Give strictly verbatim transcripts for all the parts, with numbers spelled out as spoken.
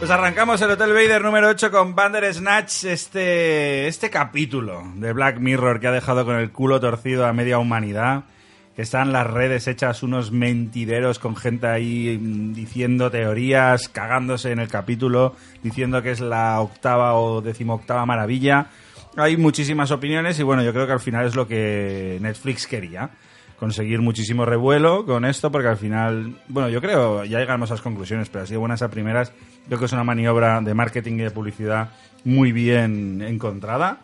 Pues arrancamos el Hotel Vader número ocho con Bandersnatch, este, este capítulo de Black Mirror que ha dejado con el culo torcido a media humanidad, que están las redes hechas unos mentideros con gente ahí diciendo teorías, cagándose en el capítulo, diciendo que es la octava o decimoctava maravilla. Hay muchísimas opiniones y bueno, yo creo que al final es lo que Netflix quería. Conseguir muchísimo revuelo con esto, porque al final, bueno, yo creo, ya llegamos a las conclusiones, pero así de buenas a primeras, creo que es una maniobra de marketing y de publicidad muy bien encontrada.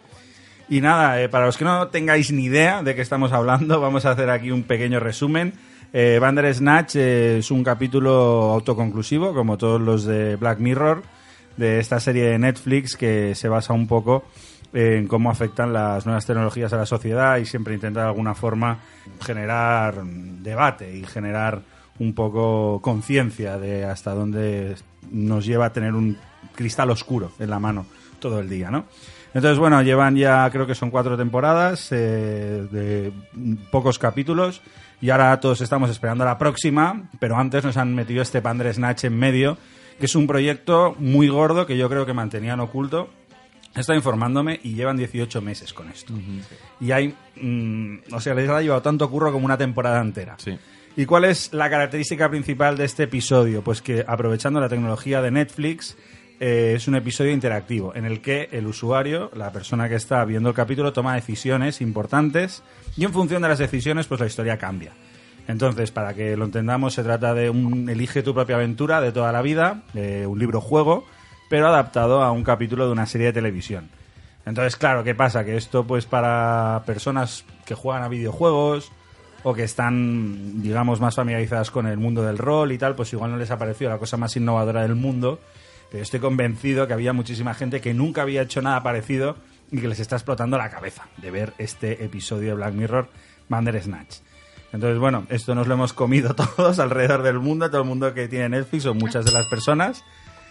Y nada, eh, para los que no tengáis ni idea de qué estamos hablando, vamos a hacer aquí un pequeño resumen. Eh, Bandersnatch eh, es un capítulo autoconclusivo, como todos los de Black Mirror, de esta serie de Netflix que se basa un poco en cómo afectan las nuevas tecnologías a la sociedad y siempre intenta de alguna forma generar debate y generar un poco conciencia de hasta dónde nos lleva a tener un cristal oscuro en la mano todo el día, ¿no? Entonces, bueno, llevan ya, creo que son cuatro temporadas eh, de pocos capítulos y ahora todos estamos esperando la próxima, pero antes nos han metido este Bandersnatch en medio, que es un proyecto muy gordo que yo creo que mantenían oculto. He estado informándome y llevan dieciocho meses con esto. Uh-huh. Y hay... Mmm, o sea, les ha llevado tanto curro como una temporada entera. Sí. ¿Y cuál es la característica principal de este episodio? Pues que, aprovechando la tecnología de Netflix, eh, es un episodio interactivo en el que el usuario, la persona que está viendo el capítulo, toma decisiones importantes y en función de las decisiones, pues la historia cambia. Entonces, para que lo entendamos, se trata de un elige tu propia aventura de toda la vida, de un libro-juego, pero adaptado a un capítulo de una serie de televisión. Entonces, claro, ¿qué pasa? Que esto, pues, para personas que juegan a videojuegos o que están, digamos, más familiarizadas con el mundo del rol y tal, pues igual no les ha parecido la cosa más innovadora del mundo, pero estoy convencido que había muchísima gente que nunca había hecho nada parecido y que les está explotando la cabeza de ver este episodio de Black Mirror, Bandersnatch. Entonces, bueno, esto nos lo hemos comido todos alrededor del mundo, todo el mundo que tiene Netflix o muchas de las personas.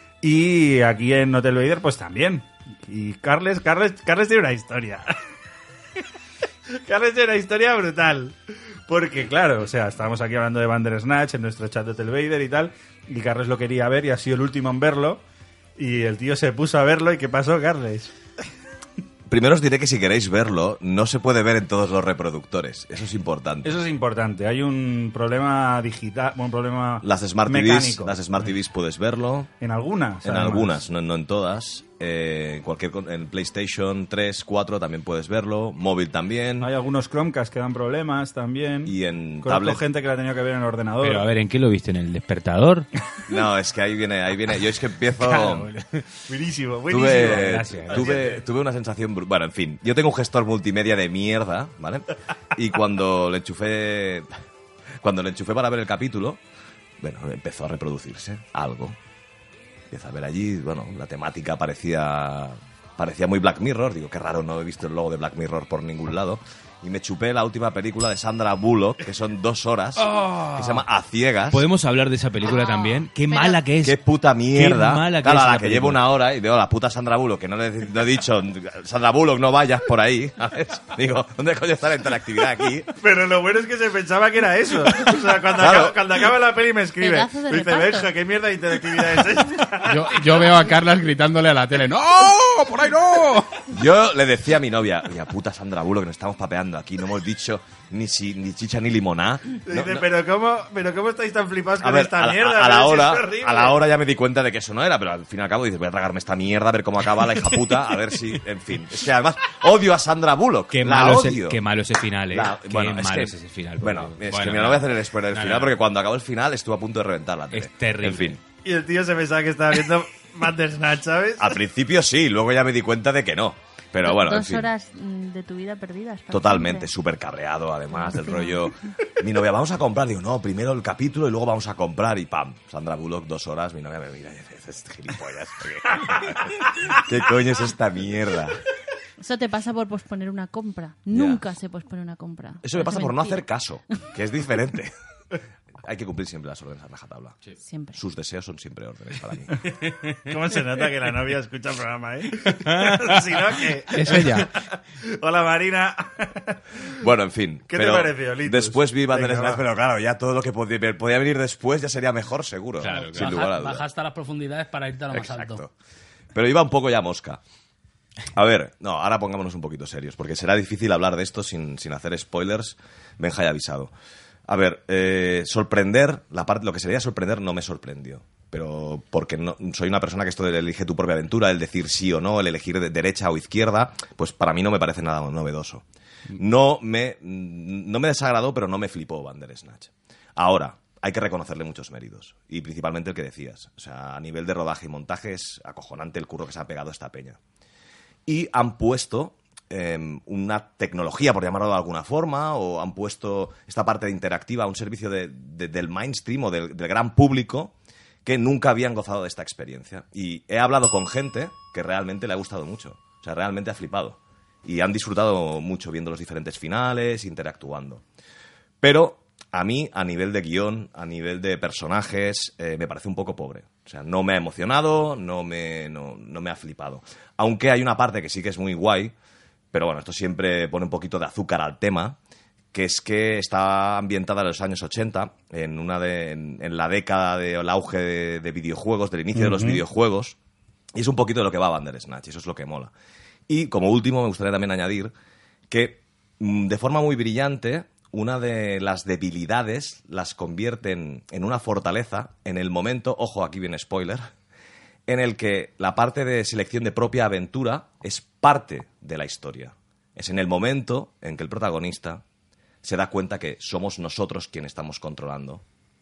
Y aquí en Hotel Vader, pues también. Y Carles, Carles, Carles tiene una historia. Carles tiene una historia brutal. Porque, claro, o sea, estábamos aquí hablando de Bandersnatch en nuestro chat de Hotel Vader y tal. Y Carles lo quería ver y ha sido el último en verlo. Y el tío se puso a verlo. ¿Y qué pasó, Carles? Primero os diré que si queréis verlo, no se puede ver en todos los reproductores. Eso es importante. Eso es importante. Hay un problema digital, un problema las Smart mecánico. T Vs, las Smart T Vs puedes verlo. En algunas. En además. algunas, no, no en todas. Eh, cualquier en PlayStation tres, cuatro también puedes verlo. Móvil también. Hay algunos Chromecast que dan problemas también. Y en Conozco tablet. gente que la ha tenido que ver en el ordenador. Pero a ver, ¿en qué lo viste? ¿En el despertador? No, es que ahí viene, ahí viene. Yo es que empiezo. Claro, buenísimo, buenísimo. Tuve, Gracias. tuve, tuve una sensación... br- Bueno, en fin. Yo tengo un gestor multimedia de mierda, ¿vale? Y cuando le enchufé... Cuando le enchufé para ver el capítulo, bueno, empezó a reproducirse algo. Empieza a ver allí, bueno, la temática parecía... Parecía muy Black Mirror. Digo, qué raro, no he visto el logo de Black Mirror por ningún lado. Y me chupé la última película de Sandra Bullock, que son dos horas, Oh. que se llama A Ciegas. ¿Podemos hablar de esa película también? ¡Qué Pero- mala que es! Qué puta mierda. Qué mala que claro, es a la la que película. llevo una hora y veo a la puta Sandra Bullock, que no le, no he dicho, Sandra Bullock, no vayas por ahí, ¿sabes? Digo, ¿dónde coño está la interactividad aquí? Pero lo bueno es que se pensaba que era eso. O sea, cuando, Claro. acaba, cuando acaba la peli me escribe. Pedazo de Me dice, reparto. Benja, ¿qué mierda de interactividad es esta? Yo, yo veo a Carlas gritándole a la tele, ¡no! ¡Por ahí no! Yo le decía a mi novia, oye, puta Sandra Bullock, que nos estamos papeando aquí, no hemos dicho ni, si, ni chicha ni limoná. Dice, No, no. ¿pero, cómo, pero ¿cómo estáis tan flipados A con ver, esta a, la- mierda? a- a la Pero si hora, es horrible. a la hora ya me di cuenta de que eso no era, pero al fin y al cabo dices, voy a tragarme esta mierda, a ver cómo acaba la hija puta, a ver si, en fin. Es que además odio a Sandra Bullock. Qué la malo, odio. ese, qué malo ese final, ¿eh? La- qué bueno, es malo que, es ese final. Bueno, porque- es bueno, que mira, no voy a hacer el spoiler del No, final, no, no. porque cuando acabó el final estuve a punto de reventar la tele. Es terrible. En fin. Y el tío se pensaba que estaba viendo Bandersnatch, ¿sabes? Al principio sí, luego ya me di cuenta de que no. Pero bueno, en Dos fin. horas mm, de tu vida perdidas. para Totalmente, siempre. súper cabreado, además, del Sí. rollo. Mi novia, vamos a comprar. Digo, no, primero el capítulo y luego vamos a comprar. Y pam, Sandra Bullock, dos horas. Mi novia me mira y dice, es gilipollas. ¿Qué coño es esta mierda? Eso te pasa por posponer una compra. Nunca se pospone una compra. Eso me Parece pasa por no mentira. hacer caso, que es diferente. hay que cumplir siempre las órdenes a rajatabla. Siempre. Sus deseos son siempre órdenes para mí. ¿Cómo se nota que la novia escucha el programa, eh? Si no, que... Es ella. Hola, Marina. Bueno, en fin. ¿Qué te pero pareció, Litus? Después vi Bandersnatch, Venga, va. pero claro, ya todo lo que podía, podía venir después ya sería mejor, seguro. Claro, sin claro. lugar a Baja, dudas. baja hasta las profundidades para irte a lo más Exacto. alto. Pero iba un poco ya mosca. A ver, no, ahora pongámonos un poquito serios, porque será difícil hablar de esto sin, sin hacer spoilers. Benja ya avisado. A ver, eh, sorprender, la parte, lo que sería sorprender no me sorprendió. Pero porque no, soy una persona que esto de elige tu propia aventura, el decir sí o no, el elegir de derecha o izquierda, pues para mí no me parece nada novedoso. No me, no me desagradó, pero no me flipó Bandersnatch. Ahora, hay que reconocerle muchos méritos, y principalmente el que decías. O sea, a nivel de rodaje y montaje es acojonante el curro que se ha pegado esta peña. Y han puesto eh, una tecnología, por llamarlo de alguna forma, o han puesto esta parte de interactiva a un servicio de, de, del mainstream o del, del gran público que nunca habían gozado de esta experiencia. Y he hablado con gente que realmente le ha gustado mucho. O sea, realmente ha flipado. Y han disfrutado mucho viendo los diferentes finales, interactuando. Pero a mí, a nivel de guión, a nivel de personajes, eh, me parece un poco pobre. O sea, no me ha emocionado, no me, no, no me ha flipado. Aunque hay una parte que sí que es muy guay, pero bueno, esto siempre pone un poquito de azúcar al tema, que es que está ambientada en los años ochenta, en, una de, en, en la década del auge de, de videojuegos, del inicio uh-huh. de los videojuegos, y es un poquito de lo que va Bandersnatch, y eso es lo que mola. Y como último, me gustaría también añadir que, de forma muy brillante, una de las debilidades las convierten en una fortaleza en el momento, ojo, aquí viene spoiler, en el que la parte de selección de propia aventura es parte de la historia. Es en el momento en que el protagonista se da cuenta que somos nosotros quienes estamos controlando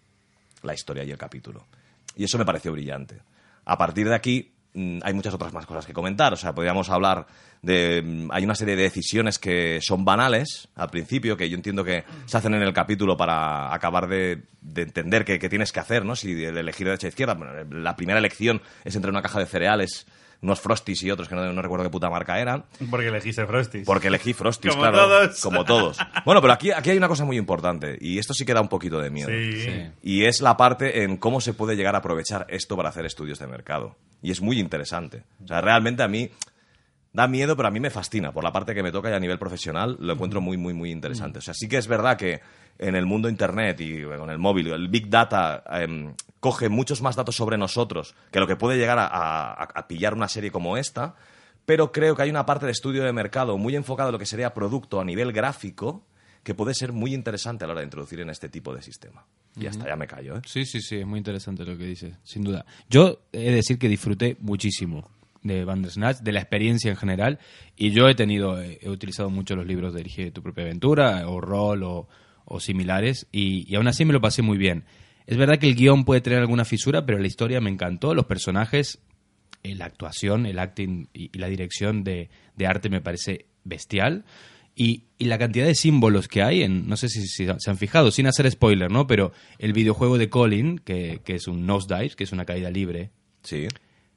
la historia y el capítulo. Y eso me pareció brillante. A partir de aquí hay muchas otras más cosas que comentar. O sea, podríamos hablar de... Hay una serie de decisiones que son banales al principio, que yo entiendo que se hacen en el capítulo para acabar de, de entender qué, qué tienes que hacer, ¿no? Si elegir derecha o izquierda. Bueno, la primera elección es entre una caja de cereales, unos Frosties y otros que no, no recuerdo qué puta marca eran. Porque elegiste Frosties. Porque elegí Frosties, como claro. Todos. Como todos. Bueno, pero aquí, aquí hay una cosa muy importante, y esto sí que da un poquito de miedo. Sí. Sí. Y es la parte en cómo se puede llegar a aprovechar esto para hacer estudios de mercado. Y es muy interesante. O sea, realmente a mí da miedo, pero a mí me fascina. Por la parte que me toca y a nivel profesional lo encuentro muy, muy, muy interesante. O sea, sí que es verdad que en el mundo Internet y con el móvil, el Big Data eh, coge muchos más datos sobre nosotros que lo que puede llegar a, a, a pillar una serie como esta, pero creo que hay una parte de estudio de mercado muy enfocada en lo que sería producto a nivel gráfico que puede ser muy interesante a la hora de introducir en este tipo de sistema. Y hasta ya me callo, ¿eh? Sí, sí, sí, es muy interesante lo que dices, sin duda. Yo he de decir que disfruté muchísimo de Bandersnatch, de la experiencia en general, y yo he tenido, he utilizado mucho los libros de Elige tu propia aventura, o Roll, o, o similares, y, y aún así me lo pasé muy bien. Es verdad que el guión puede tener alguna fisura, pero la historia me encantó, los personajes, eh, la actuación, el acting y, y la dirección de, de arte me parece bestial. Y, y la cantidad de símbolos que hay, en, no sé si, si se han fijado, sin hacer spoiler, ¿no? Pero el videojuego de Colin, que, que es un nosedive, que es una caída libre, Sí.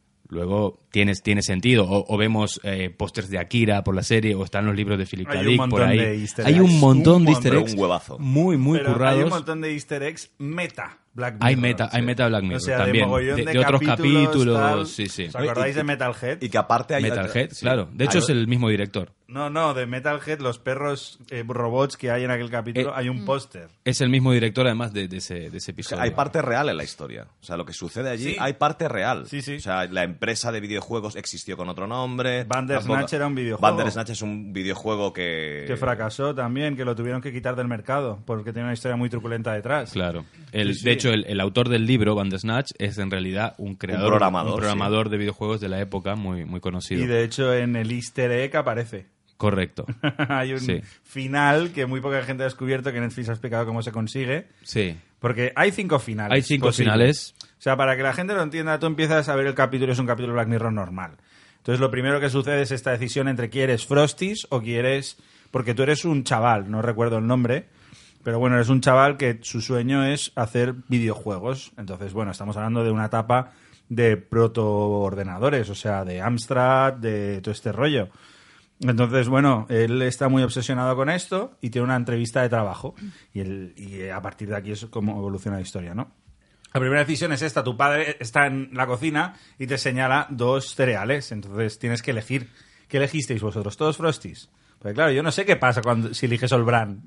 luego tiene, tiene sentido. O, o vemos eh, pósters de Akira por la serie, o están los libros de Philip K. Hay un Dick montón por ahí. de easter Hay eggs. un montón Un de easter montón. eggs Un huevazo. muy, muy Pero currados. hay un montón de easter eggs meta Black Mirror. Hay meta, hay Sí. meta Black Mirror O sea, también. de mogollón De, de, de otros capítulos, capítulos, tal. sí, sí. ¿Os acordáis de Metalhead? Y que aparte hay... Metalhead, sí. claro. De hecho, Hay- es el mismo director. No, no, de Metalhead, los perros eh, robots que hay en aquel capítulo, Eh, hay un póster. Es el mismo director, además, de, de, ese, de ese O sea, episodio. hay parte real en la historia. O sea, lo que sucede allí, Sí. hay parte real. Sí, sí. O sea, la empresa de videojuegos existió con otro nombre. Bandersnatch Tampoco- era un videojuego. Bandersnatch es un videojuego que... Que fracasó también, que lo tuvieron que quitar del mercado, porque tenía una historia muy truculenta detrás. Claro. El, Sí, sí. De hecho, el, el autor del libro, Bandersnatch, es en realidad un creador, Un programador, un programador de videojuegos de la época muy, muy conocido. Y de hecho en el easter egg aparece. Correcto. Hay un Sí. final que muy poca gente ha descubierto, que Netflix ha explicado cómo se consigue. Sí. Porque hay cinco finales. Hay cinco posibles. finales. O sea, para que la gente lo entienda, tú empiezas a ver el capítulo, es un capítulo Black Mirror normal. Entonces lo primero que sucede es esta decisión entre quieres Frosties o quieres... Porque tú eres un chaval, no recuerdo el nombre, pero bueno, eres un chaval que su sueño es hacer videojuegos. Entonces, bueno, estamos hablando de una etapa de protoordenadores, o sea, de Amstrad, de todo este rollo. Entonces, bueno, él está muy obsesionado con esto y tiene una entrevista de trabajo. Y, él, y a partir de aquí es como evoluciona la historia, ¿no? La primera decisión es esta. Tu padre está en la cocina y te señala dos cereales. Entonces tienes que elegir. ¿Qué elegisteis vosotros? ¿Todos Frosties? Pues claro, yo no sé qué pasa cuando si eliges All Bran.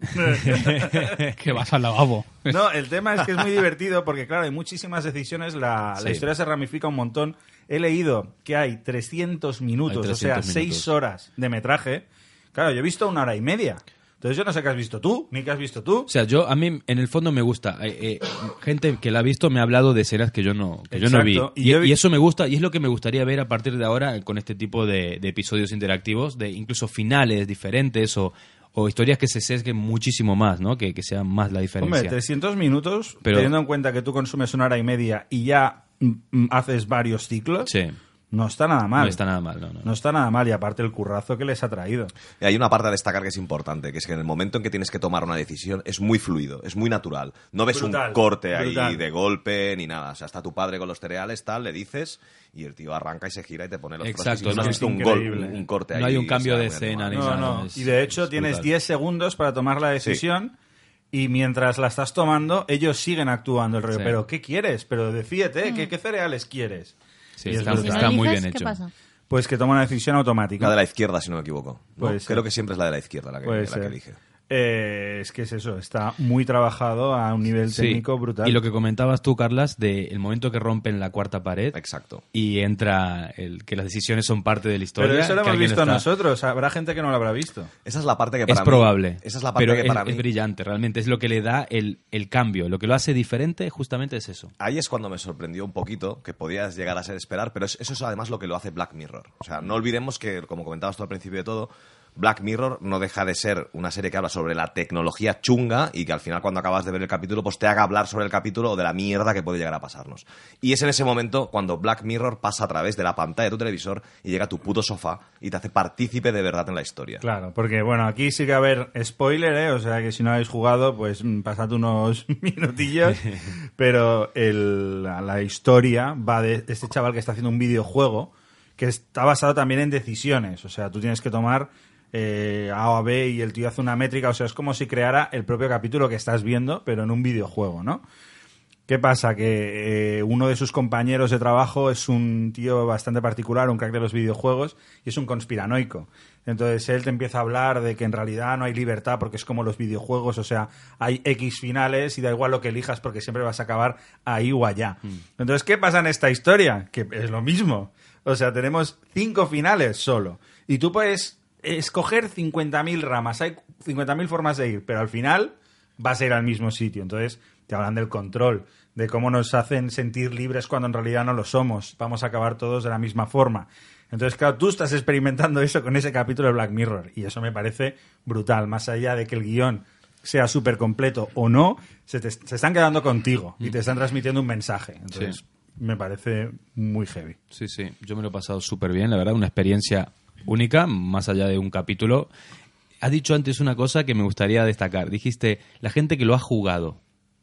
Que vas al lavabo. No, el tema es que es muy divertido porque, claro, hay muchísimas decisiones. La, Sí. la historia se ramifica un montón. He leído que hay trescientos minutos, Hay o sea, trescientos seis minutos. horas de metraje. Claro, yo he visto una hora y media. Entonces yo no sé qué has visto tú, ni qué has visto tú. O sea, yo a mí en el fondo me gusta. Eh, eh, gente que la ha visto me ha hablado de escenas que yo no que yo no vi. Exacto. Y Y, yo vi- y eso me gusta y es lo que me gustaría ver a partir de ahora con este tipo de, de episodios interactivos, de incluso finales diferentes o, o historias que se sesguen muchísimo más, ¿no? Que, que sea más la diferencia. Hombre, trescientos minutos, Pero- teniendo en cuenta que tú consumes una hora y media y ya mm, mm, haces varios ciclos, Sí. no está nada mal. No está nada mal, no, no. No está nada mal, y aparte el currazo que les ha traído. Y hay una parte a destacar que es importante, que es que en el momento en que tienes que tomar una decisión es muy fluido, es muy natural. No ves Brutal, un corte ahí brutal. de golpe ni nada. O sea, está tu padre con los cereales, tal, le dices y el tío arranca y se gira y te pone los Exacto, Frosties. Y no no, has visto es un, gol, increíble. un, un corte ahí. No hay un o cambio sea, de muy escena ni animado. No, nada. no. es- Y de hecho es tienes brutal. diez segundos para tomar la decisión y mientras la estás tomando, ellos siguen actuando el rollo. Sí. ¿Pero qué quieres? Pero decídete, ¿qué, qué cereales quieres? Sí, Y es está, brutal. Si no está muy eliges, bien ¿qué hecho. pasa? Pues que toma una decisión automática. La de la izquierda, si no me equivoco. ¿no? Puede Creo ser. que siempre es la de la izquierda la que, Puede la ser. que elige. Eh, es que es eso, está muy trabajado a un nivel Sí. técnico brutal. Y lo que comentabas tú, Carlas, de el momento que rompen la cuarta pared Exacto. y entra el que las decisiones son parte de la historia. Pero eso lo que hemos alguien visto está- nosotros, habrá gente que no lo habrá visto. Esa es la parte que Es para mí... probable. Esa es la parte pero que es, para es mí... brillante, realmente. Es lo que le da el, el cambio. Lo que lo hace diferente justamente es eso. Ahí es cuando me sorprendió un poquito, que podías llegar a ser esperar, pero es- eso es además lo que lo hace Black Mirror. O sea, no olvidemos que, como comentabas tú al principio de todo, Black Mirror no deja de ser una serie que habla sobre la tecnología chunga y que al final cuando acabas de ver el capítulo pues te haga hablar sobre el capítulo o de la mierda que puede llegar a pasarnos. Y es en ese momento cuando Black Mirror pasa a través de la pantalla de tu televisor y llega a tu puto sofá y te hace partícipe de verdad en la historia. Claro, porque bueno, aquí sí que va a haber spoiler, ¿eh? O sea que si no habéis jugado, pues mm, pasad unos minutillos. Pero el- la, la historia va de este chaval que está haciendo un videojuego que está basado también en decisiones. O sea, tú tienes que tomar eh, A o B y el tío hace una métrica. O sea, es como si creara el propio capítulo que estás viendo, pero en un videojuego, ¿no? ¿Qué pasa? Que eh, uno de sus compañeros de trabajo es un tío bastante particular, un crack de los videojuegos, y es un conspiranoico. Entonces él te empieza a hablar de que en realidad no hay libertad porque es como los videojuegos, o sea, hay X finales y da igual lo que elijas porque siempre vas a acabar ahí o allá. Entonces, ¿qué pasa en esta historia? Que es lo mismo. O sea, tenemos cinco finales solo. Y tú puedes escoger cincuenta mil ramas, hay cincuenta mil formas de ir, pero al final vas a ir al mismo sitio. Entonces te hablan del control, de cómo nos hacen sentir libres cuando en realidad no lo somos. Vamos a acabar todos de la misma forma. Entonces, claro, tú estás experimentando eso con ese capítulo de Black Mirror y eso me parece brutal. Más allá de que el guión sea súper completo o no, se, te- se están quedando contigo y te están transmitiendo un mensaje. Entonces, Sí. me parece muy heavy. Sí, sí. Yo me lo he pasado súper bien, la verdad. Una experiencia única, más allá de un capítulo. Has dicho antes una cosa que me gustaría destacar. Dijiste, la gente que lo ha jugado.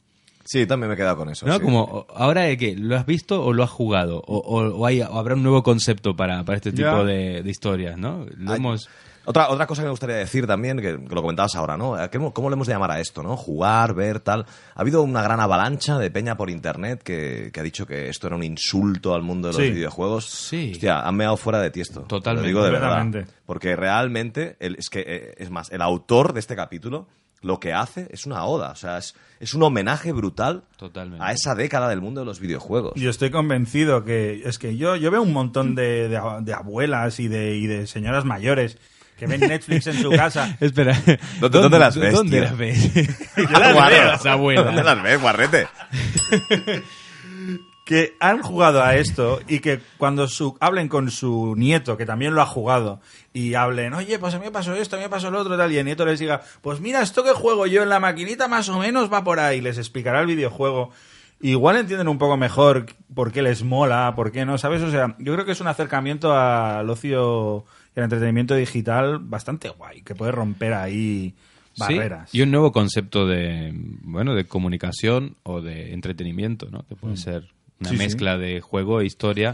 Sí, también me he quedado con eso. ¿No? sí. Como, ahora de qué, ¿lo has visto o lo has jugado? O, o- o hay, o habrá un nuevo concepto para, para este tipo Ya. de, de historias, ¿no? Lo Hay- hemos... Otra, otra cosa que me gustaría decir también, que, que lo comentabas ahora, ¿no? ¿Cómo, ¿Cómo le hemos de llamar a esto, no? Jugar, ver, tal. Ha habido una gran avalancha de peña por internet que, que ha dicho que esto era un insulto al mundo de los Sí. videojuegos. Sí. Hostia, han meado fuera de tiesto. Totalmente. Lo digo de verdad. Completamente. Porque realmente, el- es que, eh, es más, el autor de este capítulo lo que hace es una oda. O sea, es, es un homenaje brutal Totalmente. a esa década del mundo de los videojuegos. Yo estoy convencido que es que yo, yo veo un montón de, de, de abuelas y de, y de señoras mayores que ven Netflix en su casa. Espera. ¿Dónde- dónde las ves, ¿Dónde tío? las ves? las Guarro, veo. Las abuelas. ¿Dónde las ves, guarrete? Que han jugado a esto y que cuando su, hablen con su nieto, que también lo ha jugado, y hablen, oye, pues a mí me pasó esto, a mí me pasó lo otro, tal, y el nieto les diga, pues mira, esto que juego yo en la maquinita más o menos va por ahí, les explicará el videojuego. Igual entienden un poco mejor por qué les mola, por qué no, ¿sabes? O sea, yo creo que es un acercamiento al ocio y al entretenimiento digital bastante guay, que puede romper ahí barreras. Sí, y un nuevo concepto de, bueno, de comunicación o de entretenimiento, ¿no? Que puede ser una Sí, sí. mezcla de juego e historia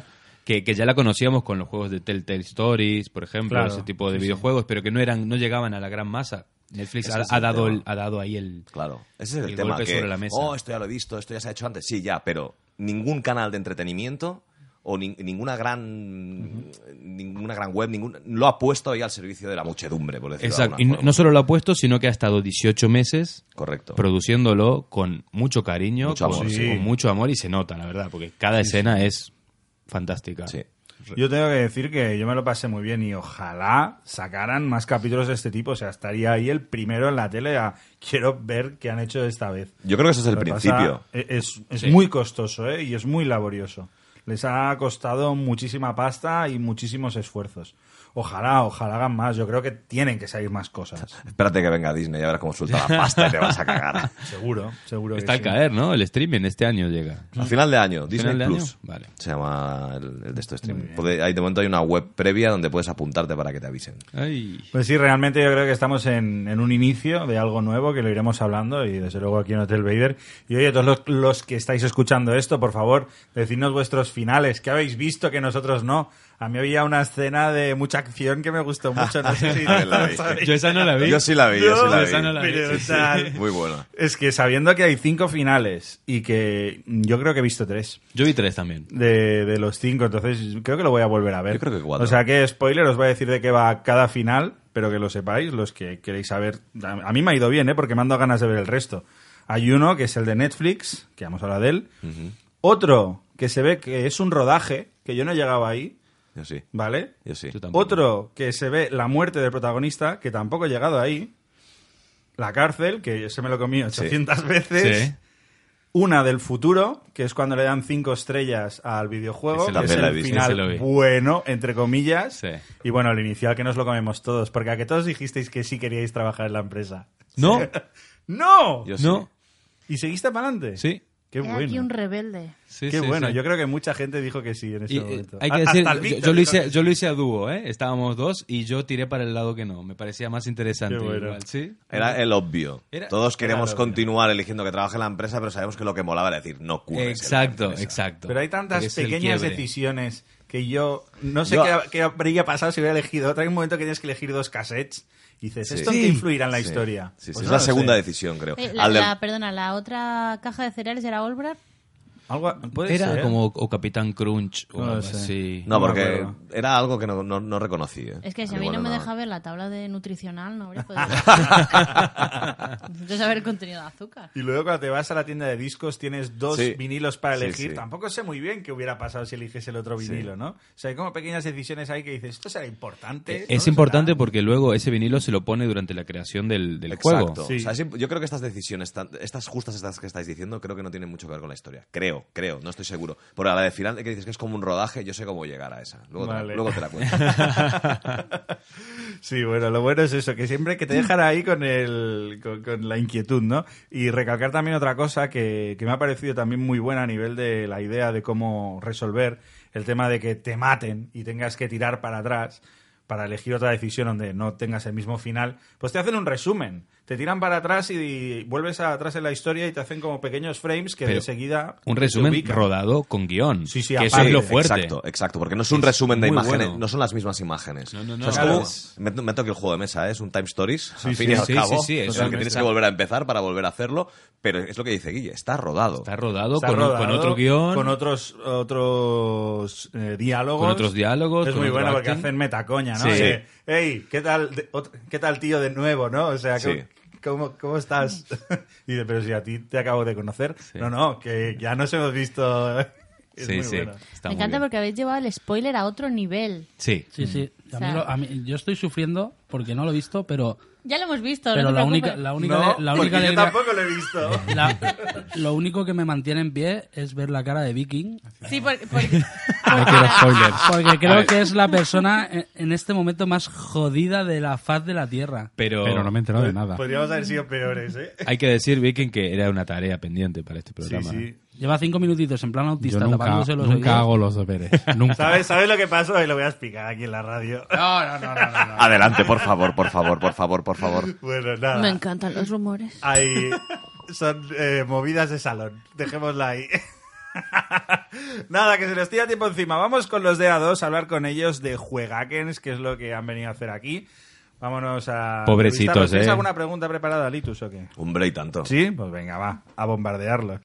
que, que ya la conocíamos con los juegos de Telltale Stories, por ejemplo, Claro, ese tipo de sí, videojuegos, pero que no eran no llegaban a la gran masa. Netflix Ese ha, es ha el dado tema. el- ha dado ahí el... Claro, ese es el, El tema. golpe Que, sobre la mesa. oh, esto ya lo he visto, esto ya se ha hecho antes. Sí, ya, pero ningún canal de entretenimiento o ni- ninguna gran ninguna gran web ningún, lo ha puesto ahí al servicio de la muchedumbre, por decirlo de Exacto. Y alguna no, forma. no solo lo ha puesto, sino que ha estado dieciocho meses Correcto. produciéndolo con mucho cariño, Mucho con, amor, sí. con mucho amor, y se nota, la verdad, porque cada escena es fantástica. Sí. Yo tengo que decir que yo me lo pasé muy bien y ojalá sacaran más capítulos de este tipo. O sea, estaría ahí el primero en la tele a quiero ver qué han hecho esta vez. Yo creo que eso es el Lo que principio. pasa Es, es Sí. muy costoso, ¿eh? Y es muy laborioso. Les ha costado muchísima pasta y muchísimos esfuerzos. Ojalá, ojalá hagan más. Yo creo que tienen que salir más cosas. Espérate que venga Disney, ya verás cómo suelta la pasta y te vas a cagar. Seguro, seguro Está que al sí. caer, ¿no? El streaming este año llega. A final de año, Disney ¿Final de Plus. año? Vale. Se llama el, el de estos streaming. Puede- ahí de momento hay una web previa donde puedes apuntarte para que te avisen. Ay. Pues sí, realmente yo creo que estamos en, en un inicio de algo nuevo que lo iremos hablando y desde luego aquí en Hotel Vader. Y oye, todos los, los que estáis escuchando esto, por favor, decidnos vuestros finales. ¿Qué habéis visto que nosotros no? A mí había una escena de mucha acción que me gustó mucho. No sé si La vi. sabéis. Yo esa no la vi. Yo sí la vi, yo sí la No, vi. esa no la vi. pero Sí, sí. tal. Muy buena. Es que sabiendo que hay cinco finales y que yo creo que he visto tres Yo vi tres también. de, de los cinco, entonces creo que lo voy a volver a ver. Yo creo que cuatro. O sea que, spoiler, os voy a decir de qué va cada final, pero que lo sepáis, los que queréis saber. A mí me ha ido bien, ¿eh? Porque me han dado ganas de ver el resto. Hay uno que es el de Netflix, que vamos a hablar de él. Otro que se ve que es un rodaje, que yo no he llegado ahí, Yo sí. ¿vale? Yo sí. Yo tampoco. Otro que se ve la muerte del protagonista, que tampoco he llegado ahí. La cárcel, que yo se me lo comí ochocientas veces. Sí. Una del futuro, que es cuando le dan cinco estrellas al videojuego, Ese que lo es vi, el la vi, sí, final ese lo vi. bueno, entre comillas. Sí. Y bueno, el inicial que nos lo comemos todos, porque a que todos dijisteis que sí queríais trabajar en la empresa. ¿No? ¡No! Yo sí. No. ¿Y seguiste para adelante? Sí. Qué He bueno. aquí un rebelde. Sí, Qué sí, bueno. sí. Yo creo que mucha gente dijo que sí en ese Y, eh, momento. hay que A- decir, hasta el yo, Víctor yo lo dijo hice, que yo sí. lo hice a dúo, ¿eh? Estábamos dos y yo tiré para el lado que no. Me parecía más interesante. Qué bueno. Igual, ¿sí? Era el obvio. Era- Todos queremos era lo obvio. continuar eligiendo que trabaje en la empresa, pero sabemos que lo que molaba era decir, no curres en la Exacto, empresa. exacto. Pero hay tantas Porque es el pequeñas quiebre. decisiones que yo no sé Yo- qué, qué habría pasado si hubiera elegido otra. Hay un momento que tienes que elegir dos cassettes y dices, ¿esto en Sí. qué influirá en la Sí. historia? Sí, sí, Pues es no la lo segunda sé. decisión, creo. Eh, la, Al de- la- perdona, la otra caja de cereales era Olbrar. Algo, puede Era ser. como o Capitán Crunch o No lo algo sé. así. No, no me porque acuerdo. era algo que no, no, no reconocí. ¿eh? Es que si a Y mí bueno, no me deja ver la tabla de nutricional, no habría podido. Necesito saber el contenido de azúcar. Y luego cuando te vas a la tienda de discos tienes dos Sí. vinilos para Sí, elegir. sí. Tampoco sé muy bien qué hubiera pasado si eliges el otro vinilo, ¿no? O sea, hay como pequeñas decisiones ahí que dices, ¿esto será importante? ¿No Es lo importante será? porque luego ese vinilo se lo pone durante la creación del, del Exacto. juego. Sí. O sea, es imp- yo creo que estas decisiones, tan- estas justas estas que estáis diciendo, creo que no tienen mucho que ver con la historia. Creo, creo, no estoy seguro. Por a la de final, que dices que es como un rodaje, yo sé cómo llegar a esa. Luego, te, la- Vale. luego te la cuento. Sí, bueno, lo bueno es eso, que siempre que te dejan ahí con, el, con, con la inquietud, ¿no? Y recalcar también otra cosa que, que me ha parecido también muy buena a nivel de la idea de cómo resolver el tema de que te maten y tengas que tirar para atrás para elegir otra decisión donde no tengas el mismo final, pues te hacen un resumen. Te tiran para atrás y vuelves atrás en la historia y te hacen como pequeños frames que Pero de seguida Un se resumen ubican. rodado con guión. Sí, sí, que eso aparte. es lo fuerte. Exacto, exacto, porque no es un resumen de muy imágenes, bueno. no son las mismas imágenes. No, no, no. O sea, es Claro. como, me, me toca el juego de mesa, ¿eh? Es un time stories, Sí, al fin sí, y al sí, cabo, sí, sí, en el que totalmente. tienes que volver a empezar para volver a hacerlo, pero es lo que dice Guille, está rodado. Está rodado, Está con, rodado, con otro guión. con otros otros eh, diálogos, Con otros diálogos, Es con muy otro bueno porque acting. hacen metacoña, ¿no? Sí. De, hey, ¿qué tal, de- ot- qué tal tío de nuevo, no? O sea, Sí. ¿cómo, cómo, cómo estás? Y dice, pero si a ti te acabo de conocer, Sí. no, no, que ya nos hemos visto. Es Sí, muy sí. bueno. Está Me muy encanta bien. porque habéis llevado el spoiler a otro nivel. Sí. Sí, sí. A O mí sea- lo- a mí- yo estoy sufriendo porque no lo he visto, pero, Ya lo hemos visto, pero no te la, preocupes. única, la única, No, la porque única yo alegría- tampoco lo he visto. la- lo único que me mantiene en pie es ver la cara de Viking, Sí, porque... porque- No quiero spoilers. porque creo que es la persona en, en este momento más jodida de la faz de la Tierra. Pero, Pero no me he enterado de nada. Podríamos haber sido peores, ¿eh? hay que decir, Viking, que era una tarea pendiente para este Sí, programa. sí. Lleva cinco minutitos en plan Yo autista nunca, tapándose los nunca oídos. hago los deberes. Nunca. ¿Sabes, ¿Sabes lo que pasó? Y lo voy a explicar aquí en la radio. No, no, no, no, no, no. Adelante, por favor, por favor, por favor, por favor. Bueno, nada. Me encantan los rumores. Hay, son eh, movidas de salón. Dejémosla ahí. Nada, que se les tira tiempo encima. Vamos con los de A dos a hablar con ellos de Juegakens, que es lo que han venido a hacer aquí. Vámonos a... Pobrecitos, entrevistarlos. ¿Tienes ¿eh? alguna pregunta preparada, Litus, o qué? Hombre, y tanto. ¿Sí? Pues venga, va, a bombardearlos.